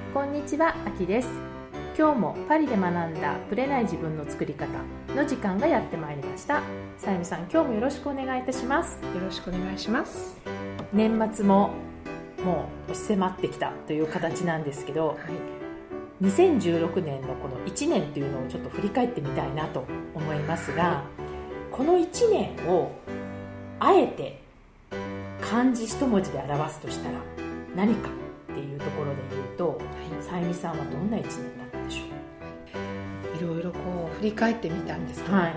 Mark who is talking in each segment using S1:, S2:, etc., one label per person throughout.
S1: こんにちは、あきです。今日もパリで学んだブレない自分の作り方の時間がやってまいりました。さゆみさん、今日もよろしくお願いいたします。
S2: よろしくお願いします。
S1: 年末ももう押し迫ってきたという形なんですけど、2016年のこの1年というのをちょっと振り返ってみたいなと思いますが、この1年をあえて漢字一文字で表すとしたら何かっていうところで言うと、さゆみさんはどんな1年だったでしょう。
S2: いろいろこう振り返ってみたんですけども、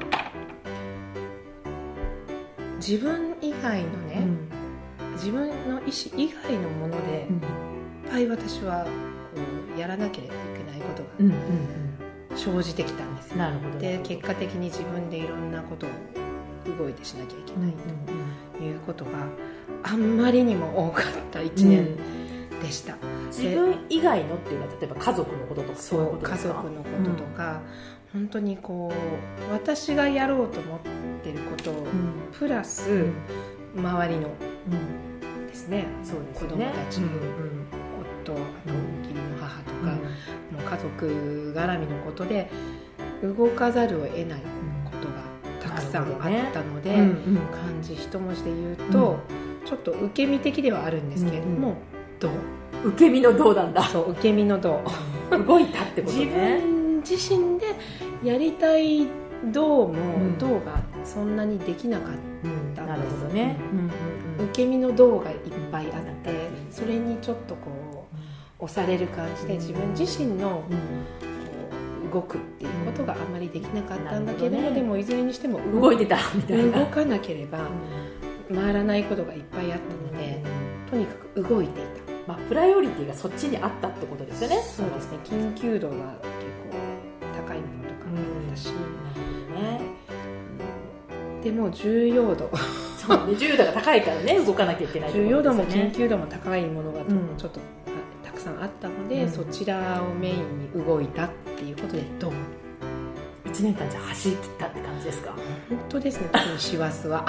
S2: 自分以外のね、自分の意思以外のもので、いっぱい私はこうやらなければいけないことが生じてきたんですよ。
S1: なるほど。
S2: で、結果的に自分でいろんなことを動いてしなきゃいけないということがあんまりにも多かった1年でした。
S1: 自分以外のっていうのは例えば家族のこととかそういうことですか？
S2: 家族のこととか、本当にこう私がやろうと思ってること、プラス周りのですね、子供たち、夫、あと義理の母とか、もう家族絡みのことで動かざるを得ないことがたくさんあったので、漢字一文字で言うと、ちょっと受け身的ではあるんですけれども、どう
S1: 受け身のどうなんだ。
S2: そう、受け身のどう
S1: 動いたってことね。
S2: 自分自身でやりたいどうも、どうがそんなにできなかったんです。
S1: なるほどね。
S2: 受け身のどうがいっぱいあって、それにちょっとこう押される感じで、自分自身の動くっていうことがあまりできなかったんだけども、でもいずれにしても
S1: 動いてたみたいな。
S2: 動かなければ回らないことがいっぱいあったので、とにかく動いていた。
S1: プライオリティがそっちにあったってことですよね。
S2: そうですね。緊急度が結構高いものとかあったし、でも重要度
S1: そうね、重要度が高いからね、動かなきゃいけないところですよね。
S2: 重要度も緊急度も高いものがちょっとたくさんあったので、そちらをメインに動いたっていうことで、どう
S1: 1年間じゃ走り切ったって感じですか？
S2: 本当ですね。特に師走は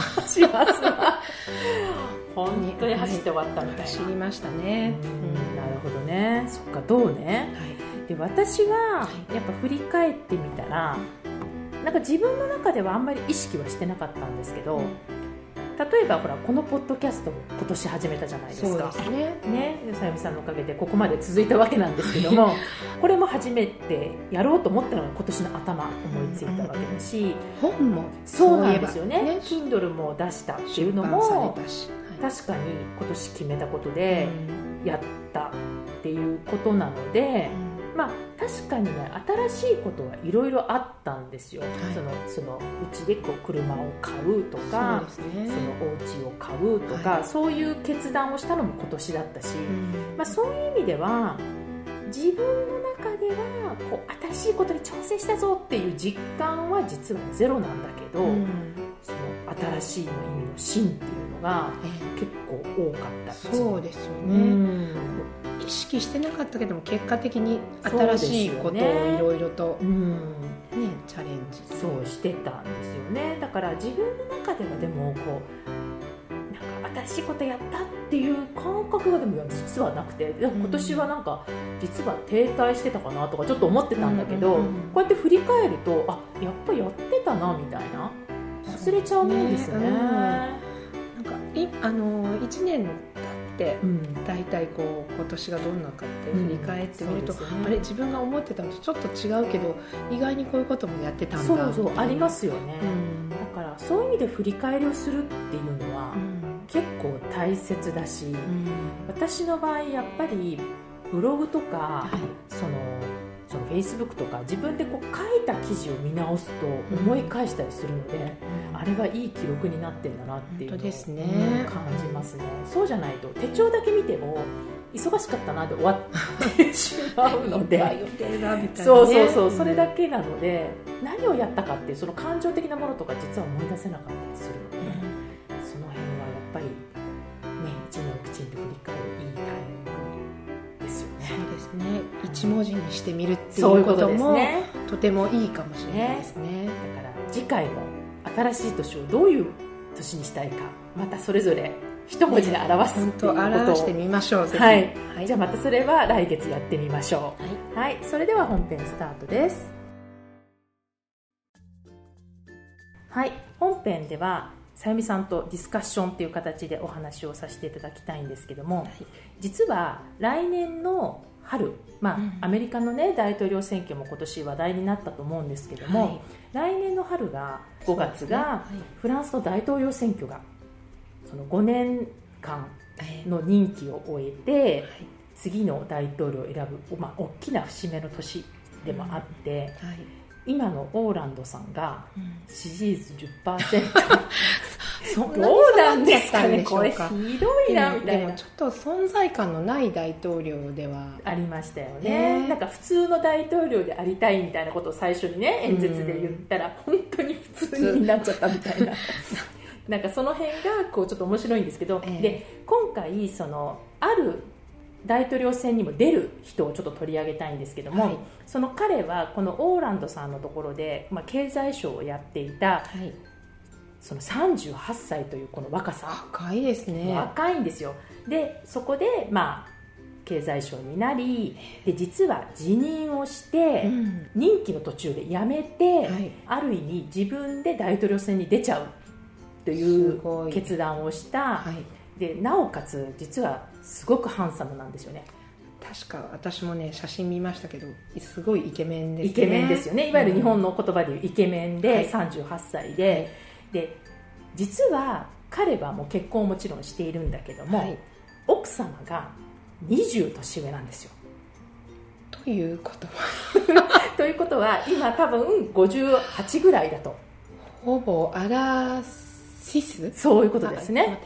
S1: 本当に走って終わったみたいな。
S2: 走りましたね。
S1: なるほどね。そっか、どうね。で、私はやっぱ振り返ってみたら、なんか自分の中ではあんまり意識はしてなかったんですけど、例えばほら、このポッドキャストも今年始めたじゃないですか。
S2: そうですね。
S1: さゆみさんのおかげでここまで続いたわけなんですけども、これも初めてやろうと思ったのが今年の頭思いついたわけだし、
S2: 本も
S1: そうなんですよね。Kindle も出したっていうのも確かに今年決めたことでやったっていうことなので、確かにね、新しいことはいろいろあったんですよ。そのうちでこう車を買うとか、そのお家を買うとか、そういう決断をしたのも今年だったし、そういう意味では自分の中ではこう新しいことに挑戦したぞっていう実感は実はゼロなんだけど、その新しいの意味の芯っていうのが結構多かった。
S2: そうですよね。意識してなかったけども、結果的に新しいことをいろいろと、チャレンジ
S1: そうしてたんですよね。だから自分の中ではでもこうなんか新しいことやったっていう感覚がでも実はなくて、今年はなんか実は停滞してたかなとかちょっと思ってたんだけど、こうやって振り返ると、やっぱりやってたなみたいな、忘れちゃうんですよね。
S2: なんか1年で大体こう今年がどんなかって振り返ってみると、あれ、自分が思ってたのとちょっと違うけど、意外にこういうこともやってたんだ。
S1: そうありますよね。だからそういう意味で振り返りをするっていうのは結構大切だし、私の場合やっぱりブログとか、そのFacebook とか自分でこう書いた記事を見直すと思い返したりするので、あれはいい記録になってんだなっていうのを感じますね。そうじゃないと手帳だけ見ても忙しかったなで終わってしまうので
S2: 予定だみたいな、
S1: そうそれだけなので、何をやったかっていうその感情的なものとか実は思い出せなかったりするので、その辺はやっぱりね、1年をきちんと振り返るいいタイミングですよね。
S2: そうですね。1文字にしてみるっていうこともとてもいいかもしれないですね。
S1: だから次回も新しい年をどういう年にしたいか、またそれぞれ一文字で表すっていうことを
S2: 表してみましょう。
S1: はい、はい、じゃあまたそれは来月やってみましょう。はい、はい、それでは本編スタートです。はい、本編ではさゆみさんとディスカッションという形でお話をさせていただきたいんですけども、はい、実は来年の春、アメリカの、ね、大統領選挙も今年話題になったと思うんですけども、はい、来年の春が5月がフランスの大統領選挙がその5年間の任期を終えて、次の大統領を選ぶ、大きな節目の年でもあって、今のオーランドさんが支持率 10%、どうなんですかね、これひどいなみたいな。
S2: でもちょっと存在感のない大統領では
S1: ありましたよね。なんか普通の大統領でありたいみたいなことを最初にね演説で言ったら、本当に普通になっちゃったみたいななんかその辺がこうちょっと面白いんですけど、で今回そのある大統領選にも出る人をちょっと取り上げたいんですけども、はい、その彼はこのオーランドさんのところで、経済省をやっていた、はい、その38歳というこの若さ、
S2: 若いですね。
S1: 若いんですよ。でそこで経済省になり、で実は辞任をして、任期の途中で辞めて、はい、ある意味自分で大統領選に出ちゃうという決断をした、はい、でなおかつ実はすごくハンサムなんですよね。
S2: 確か私もね写真見ましたけど、すごいイケメンですね。
S1: イケメンですよね。いわゆる日本の言葉でいうイケメンで、38歳で、はい、で実は彼はもう結婚をもちろんしているんだけども、はい、奥様が20年上なんですよ。
S2: ということは
S1: ということは今多分58ぐらいだと。
S2: ほぼアラシス、
S1: そういうことですね。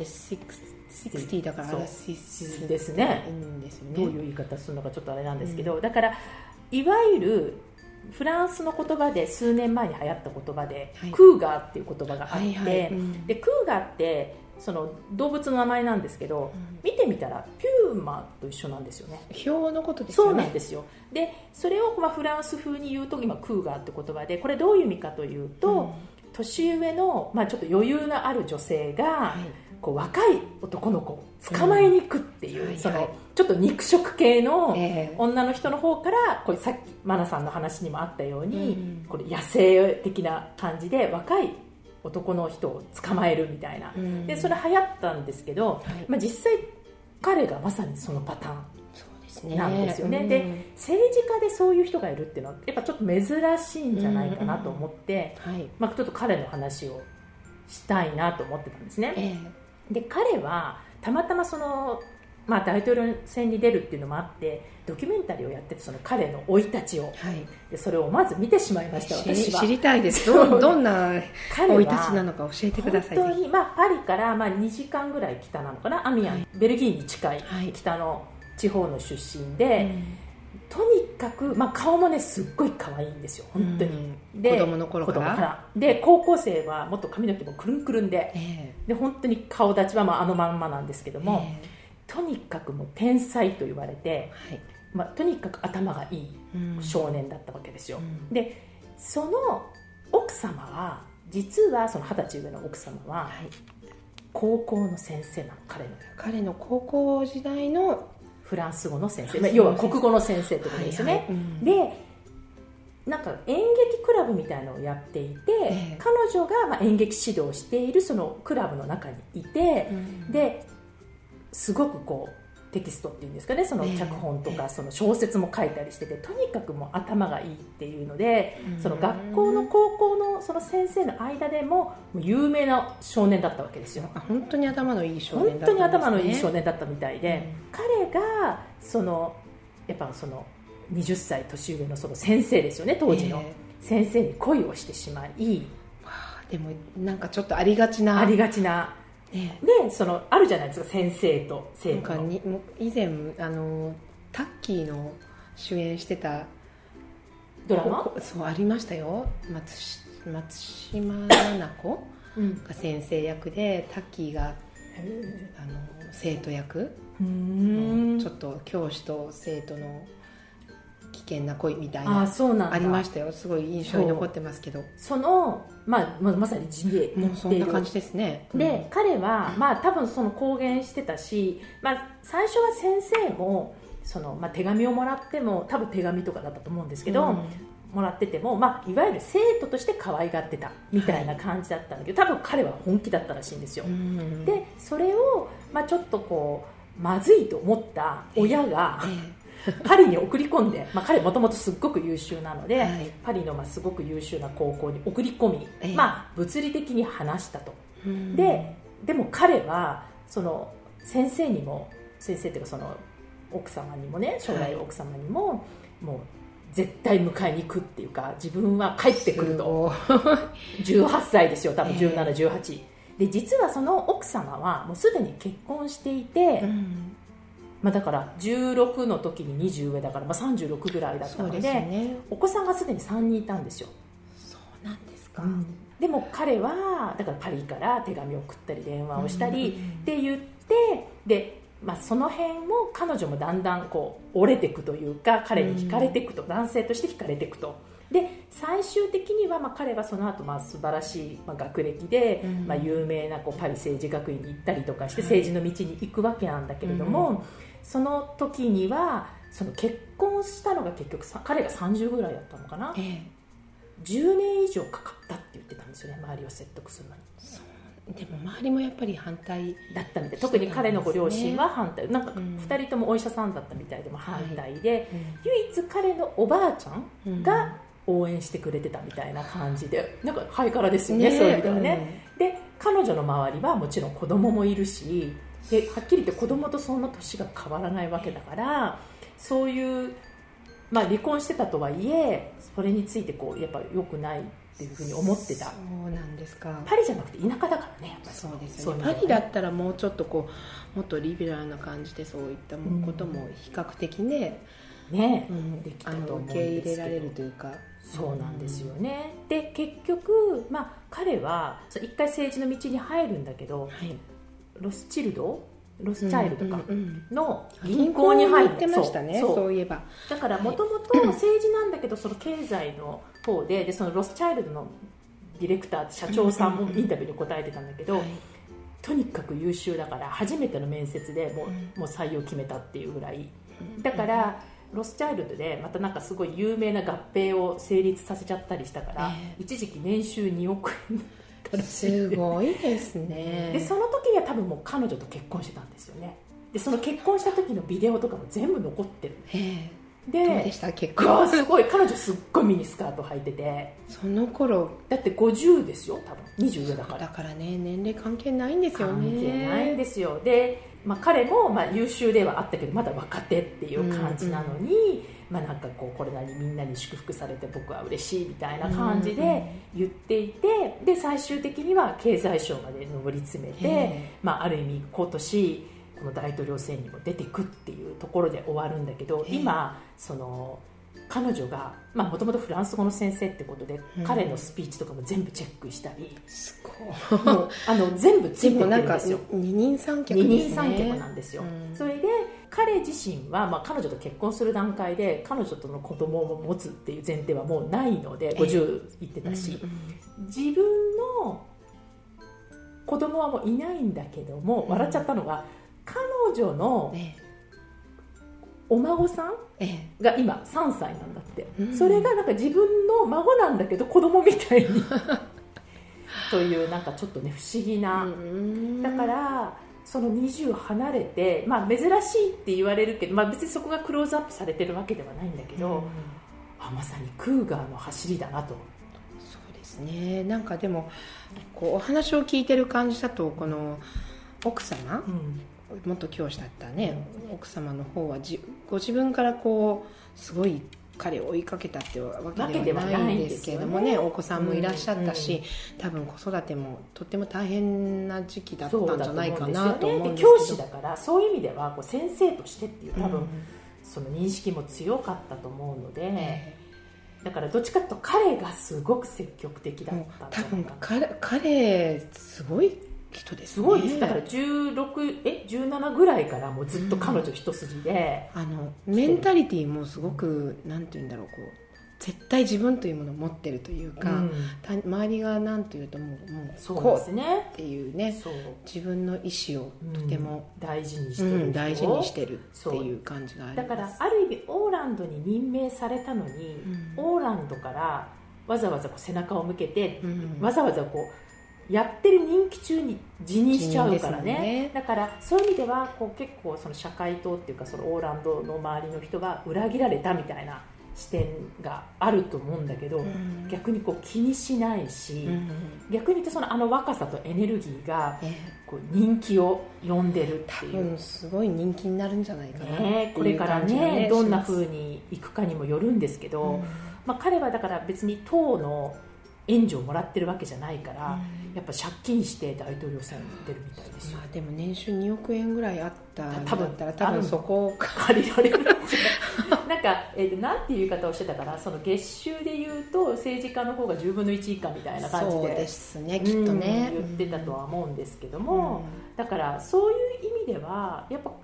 S2: 60だからアラシス
S1: ですね。どういう言い方するのかちょっとあれなんですけど、だからいわゆるフランスの言葉で数年前に流行った言葉で、はい、クーガーっていう言葉があって、でクーガーってその動物の名前なんですけど、見てみたらピューマと一緒なんですよね。
S2: ヒョウのことですよね。
S1: そうなんですよ。でそれをフランス風に言うと今クーガーって言葉で、これどういう意味かというと、年上の、ちょっと余裕のある女性が、はい、こう若い男の子を捕まえに行くっていう、そのちょっと肉食系の女の人の方から、これさっきマナさんの話にもあったように、これ野生的な感じで若い男の人を捕まえるみたいな、でそれ流行ったんですけど、実際彼がまさにそのパターンなんですよね。で政治家でそういう人がいるっていうのはやっぱちょっと珍しいんじゃないかなと思って、ちょっと彼の話をしたいなと思ってたんですね。で彼はたまたまその、大統領選に出るっていうのもあってドキュメンタリーをやってて、その彼の生い立ちを、でそれをまず見てしまいました。私は
S2: 知りたいです。どんな生い立ちなのか教えてください。
S1: 本当に、パリから2時間ぐらい北なのかな、アミアン、ベルギーに近い北の地方の出身で、とにかく、顔もねすっごい可愛いんですよ本当に。で
S2: 子供の頃から
S1: で高校生はもっと髪の毛もくるんくるんで、で本当に顔立ちはあのまんまなんですけども、とにかくもう天才と言われて、とにかく頭がいい少年だったわけですよ。でその奥様は実はその20歳上の奥様は高校の先生なの。
S2: 彼の高校時代の
S1: フランス語の先生、要は国語の先生ってことですよね。でなんか演劇クラブみたいなのをやっていて、彼女が演劇指導をしているそのクラブの中にいて、ですごくこうテキストっていうんですかね、その脚本とかその小説も書いたりしてて、とにかくもう頭がいいっていうので、その学校の高校のその先生の間でも有名な少年だったわけですよ。
S2: 本当に頭のいい少年だったんですね。
S1: 本当に頭のいい少年だったみたいで、彼がそのやっぱその20歳年上のその先生ですよね、当時の先生に恋をしてしまい、
S2: でもなんかちょっとありがちな
S1: でそのあるじゃないですか、先生と生徒の。
S2: 以前タッキーの主演してた
S1: ドラマ
S2: そうありましたよ。松島菜々子が先生役で、タッキーが生徒役、ちょっと教師と生徒の危険な恋みたいなありましたよ。すごい印象に残ってますけど、
S1: まさに字で
S2: もうそんな感じですね。
S1: で、彼は、多分その公言してたし、最初は先生も手紙をもらっても多分手紙とかだったと思うんですけど、もらってても、いわゆる生徒として可愛がってたみたいな感じだったんだけど、多分彼は本気だったらしいんですよ。でそれを、ちょっとこうまずいと思った親が、パリに送り込んで、彼もともとすっごく優秀なので、パリのすごく優秀な高校に送り込み、物理的に話したと。でも彼はその先生にも、先生っていうかその奥様にもね、将来奥様にも、もう絶対迎えに行くっていうか、自分は帰ってくると18歳ですよ、多分17、18で、実はその奥様はもうすでに結婚していて、だから16の時に20上だから、36ぐらいだったの で、お子さんがすでに3人いたんですよ。
S2: そうなんですか。
S1: でも彼はだからパリから手紙を送ったり電話をしたりって言って、でその辺も彼女もだんだんこう折れていくというか、彼に惹かれていくと、男性として惹かれていくと。で最終的には彼はその後素晴らしい学歴で、有名なパリ政治学院に行ったりとかして政治の道に行くわけなんだけれども、その時にはその結婚したのが結局彼が30ぐらいだったのかな、10年以上かかったって言ってたんですよね、周りを説得するのに。
S2: でも周りもやっぱり反対
S1: だったみたい、特に彼のご両親は反対、なんか2人ともお医者さんだったみたいでも反対で、唯一彼のおばあちゃんが応援してくれてたみたいな感じで、なんかハイカラですよね、そういう意味ではね。で彼女の周りはもちろん子供もいるし、ではっきり言って子供とそんな年が変わらないわけだから、そういう離婚してたとはいえ、それについてやっぱ良くないっていうふうに思ってた。
S2: そうなんですか。
S1: パリじゃなくて田舎だからね、やっぱり
S2: そうですよね。パリだったらもうちょっともっとリベラルな感じで、そういったことも比較的ね、
S1: できたと思うんですけど、
S2: 受け入れられるというか。
S1: そうなんですよね。で結局、彼は一回政治の道に入るんだけど、ロスチャイルドかの銀行に入って
S2: ましたね。そういえば
S1: だからもともと政治なんだけど、その経済の方で、そのロスチャイルドのディレクター、社長さんもインタビューに答えてたんだけど、とにかく優秀だから初めての面接でもう採用決めたっていうぐらいだから、ロスチャイルドでまたなんかすごい有名な合併を成立させちゃったりしたから、一時期年収2億円
S2: すごいですね。
S1: でその時には多分もう彼女と結婚してたんですよね。でその結婚した時のビデオとかも全部残ってる。
S2: でどうでした？結婚
S1: すごい、彼女すっごいミニスカート履いてて、
S2: その頃
S1: だって50ですよ、多分20上だから。
S2: だからね、年齢関係ないんですよね。
S1: 関係ないんですよ。で、彼も優秀ではあったけどまだ若手っていう感じなのに、なんかこれなりみんなに祝福されて僕は嬉しいみたいな感じで言っていて、で最終的には経済省まで上り詰めて、ある意味今年この大統領選にも出てくっていうところで終わるんだけど、今その彼女がもともとフランス語の先生ってことで、彼のスピーチとかも全部チェックしたり、
S2: すごい、もう
S1: 全部ついてるんですよ。
S2: 二人三脚ですね。
S1: 二人三脚なんですよ。それで彼自身は、彼女と結婚する段階で彼女との子供を持つっていう前提はもうないので、50言ってたし、自分の子供はもういないんだけども、笑っちゃったのが、彼女のお孫さんが今3歳なんだって、それがなんか自分の孫なんだけど子供みたいにというなんかちょっとね不思議な、だからその20離れて、珍しいって言われるけど、別にそこがクローズアップされてるわけではないんだけど、まさにクーガーの走りだなと。
S2: そうですね。なんかでもお話を聞いてる感じだと、この奥様、元教師だったね、奥様の方はご自分からすごい彼を追いかけたってわけではないんですけれどもね、お子さんもいらっしゃったし、多分子育てもとっても大変な時期だったんじゃないかなと思うんですけど、
S1: 教師だからそういう意味では先生としてっていう多分、その認識も強かったと思うので、だからどっちかというと彼がすごく積極的だったんじゃないかな。
S2: 多分彼すごい人ですね。
S1: すごいです。だから17ぐらいからもうずっと彼女一筋で、
S2: メンタリティーもすごくなんていうんだろう、こう絶対自分というものを持ってるというか、周りが何というともうこうっていうね、自分の意思をとても
S1: 大事にしてる
S2: っていう感じがあります。
S1: だからある意味オーランドに任命されたのに、オーランドからわざわざこう背中を向けて、わざわざこうやってる任期中に辞任しちゃうから ね。だからそういう意味ではこう結構その社会党っていうかそのオーランドの周りの人が裏切られたみたいな視点があると思うんだけど、逆にこう気にしないし、逆に言うとその若さとエネルギーがこう人気を呼んでるっていう、
S2: 多分すごい人気になるんじゃないかな、
S1: これからねどんな風にいくかにもよるんですけど、彼はだから別に党の援助をもらってるわけじゃないから、やっぱ借金して大統領選出るみたいですよ。
S2: でも年収2億円ぐらいあったんだったら多分そこを
S1: 借りられるなんか、なんていう言い方をしてたから、その月収でいうと政治家の方が10分の1以下みたいな感じで、
S2: そうですね、きっとね、
S1: 言ってたとは思うんですけども、だからそういう意味ではやっぱ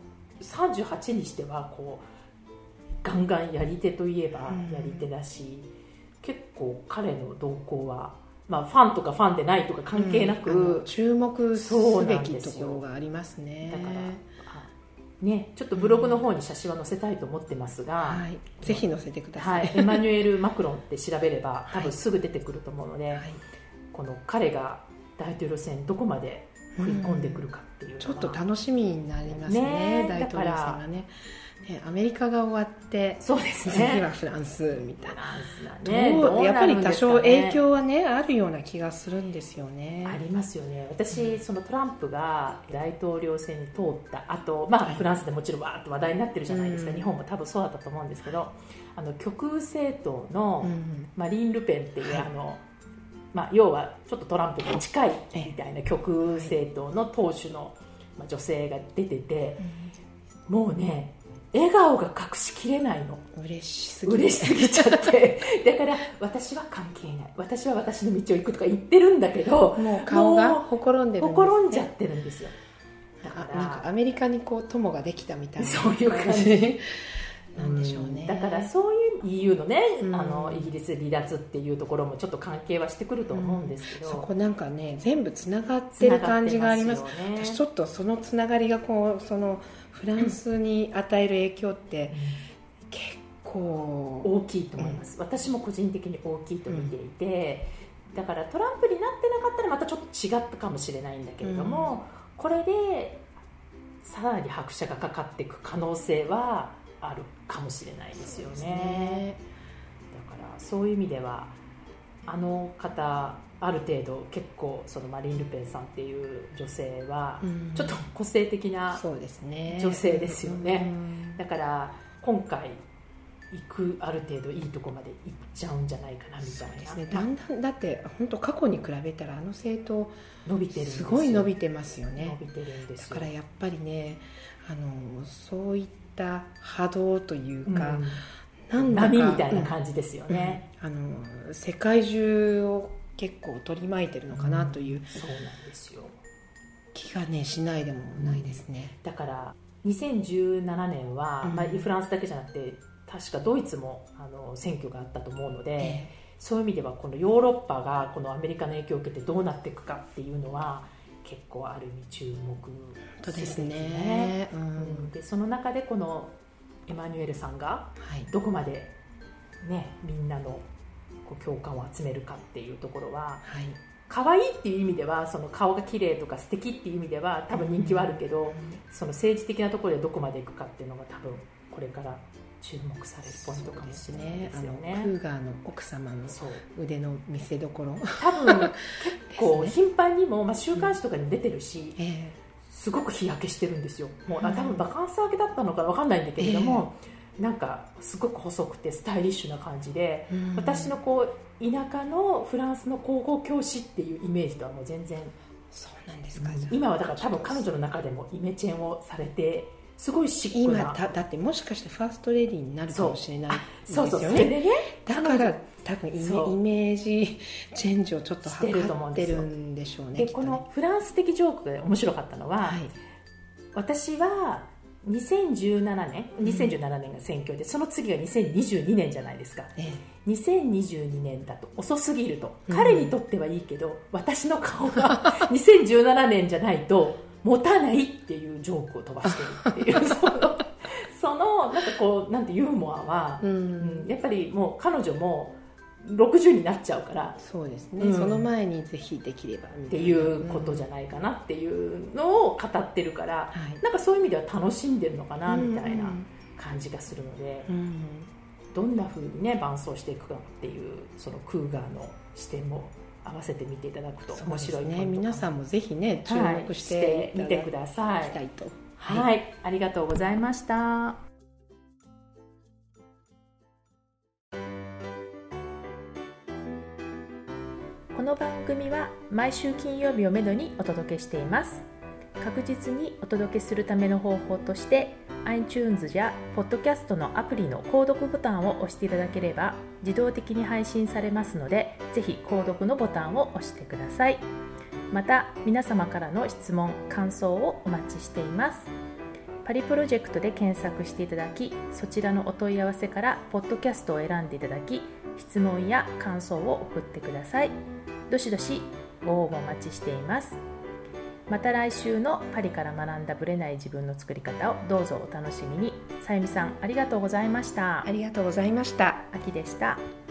S1: 38にしてはこうガンガンやり手といえばやり手だし、結構彼の動向は、ファンとかファンでないとか関係なく、
S2: 注目すべきところがありますね。
S1: だからね、ちょっとブログの方に写真は載せたいと思ってますが、
S2: ぜひ載せてください、
S1: エマニュエル・マクロンって調べれば多分すぐ出てくると思うので、この彼が大統領選どこまで食い込んでくるかっていうのは、
S2: ちょっと楽しみになります ね、大統領選がね。アメリカが終わって
S1: そうですね、
S2: 次はフランスみたいな、やっぱり多少影響はねあるような気がするんですよね。
S1: ありますよね。私、そのトランプが大統領選に通った後、フランスでもちろんわーっと話題になってるじゃないですか、日本も多分そうだったと思うんですけど、極右政党のマリン・ルペンっていう、要はちょっとトランプに近いみたいな極右政党の党首の女性が出てて、もうね笑顔が隠しきれないの。
S2: 嬉しす
S1: ぎちゃってだから私は関係ない、私は私の道を行くとか言ってるんだけど、
S2: もう顔がほころんでるんですね。
S1: ほころんじゃってるんですよ。だから
S2: なんかアメリカにこう友ができたみたいな、
S1: そういう感じ
S2: なんでしょうね。
S1: だからそういう EU のね、イギリス離脱っていうところもちょっと関係はしてくると思うんですけど、
S2: そこなんかね全部つながってる感じがあります。私ちょっとそのつながりがこうそのフランスに与える影響って結構
S1: 大きいと思います、私も個人的に大きいと見ていて、だからトランプになってなかったらまたちょっと違ったかもしれないんだけれども、これでさらに拍車がかかっていく可能性はあるかもしれないですよね。だからそういう意味ではあの方ある程度結構そのマリン・ルペンさんっていう女性はちょっと個性的な女性ですよね、だから今回ある程度いいとこまで行っちゃうんじゃないかなみたいな。そうですね、
S2: だんだんだって本当過去に比べたら政党
S1: 伸びてるんですよ。
S2: すごい伸びてますよね。
S1: 伸びてるんですよ。
S2: だからやっぱりねそういった波動というか、なんだか
S1: 波みたいな感じですよね、
S2: 世界中を結構取り巻いてるのかなという、
S1: そうなんですよ、
S2: 気がねしないでもないですね、
S1: だから2017年は、フランスだけじゃなくて確かドイツも選挙があったと思うので、そういう意味ではこのヨーロッパがこのアメリカの影響を受けてどうなっていくかっていうのは結構ある意味注目
S2: ですね。
S1: でその中でこのエマニュエルさんがどこまで、みんなの共感を集めるかっていうところは、可愛いっていう意味ではその顔が綺麗とか素敵っていう意味では多分人気はあるけど、その政治的なところでどこまでいくかっていうのが多分これから注目されるポイントかもしれないですよね。
S2: クーガーの奥様の腕の見せ所、
S1: 多分結構頻繁にも、週刊誌とかに出てるし、すごく日焼けしてるんですよ。もう多分バカンス明けだったのか分かんないんだけれども、なんかすごく細くてスタイリッシュな感じで、私の田舎のフランスの高校教師っていうイメージとはもう全然。
S2: そうなんですか。
S1: 今はだから多分彼女の中でもイメチェンをされてすごいシックな。
S2: 今だってもしかしてファーストレディーになるかもしれないんですよね。
S1: そうそれでね、
S2: だから多分イメージチェンジをちょっと図ってるんでしょうね。
S1: でこのフランス的ジョークが面白かったのは、私は2017年が選挙で、その次が2022年じゃないですか、2022年だと遅すぎると、彼にとってはいいけど私の顔が2017年じゃないと持たないっていうジョークを飛ばしてるっていうそのなんかこうなんてユーモアは、やっぱりもう彼女も60になっちゃうから、
S2: そうですね、その前にぜひできれば
S1: っていうことじゃないかなっていうのを語ってるから、なんかそういう意味では楽しんでるのかなみたいな感じがするので、どんな風にね伴走していくかっていうそのクーガーの視点も合わせて見ていただくと面白いポイントかな。そうですね、
S2: 皆さんもぜひね注目して
S1: みてください。
S2: はい、
S1: ありがとうございました。この番組は毎週金曜日をめどにお届けしています。確実にお届けするための方法として iTunes や Podcast のアプリの購読ボタンを押していただければ自動的に配信されますので、ぜひ購読のボタンを押してください。また皆様からの質問・感想をお待ちしています。パリプロジェクトで検索していただき、そちらのお問い合わせからポッドキャストを選んでいただき、質問や感想を送ってください。どしどしご応募お待ちしています。また来週のパリから学んだブレない自分の作り方をどうぞお楽しみに。さゆみさん、ありがとうございました。
S2: ありがとうございました。
S1: あきでした。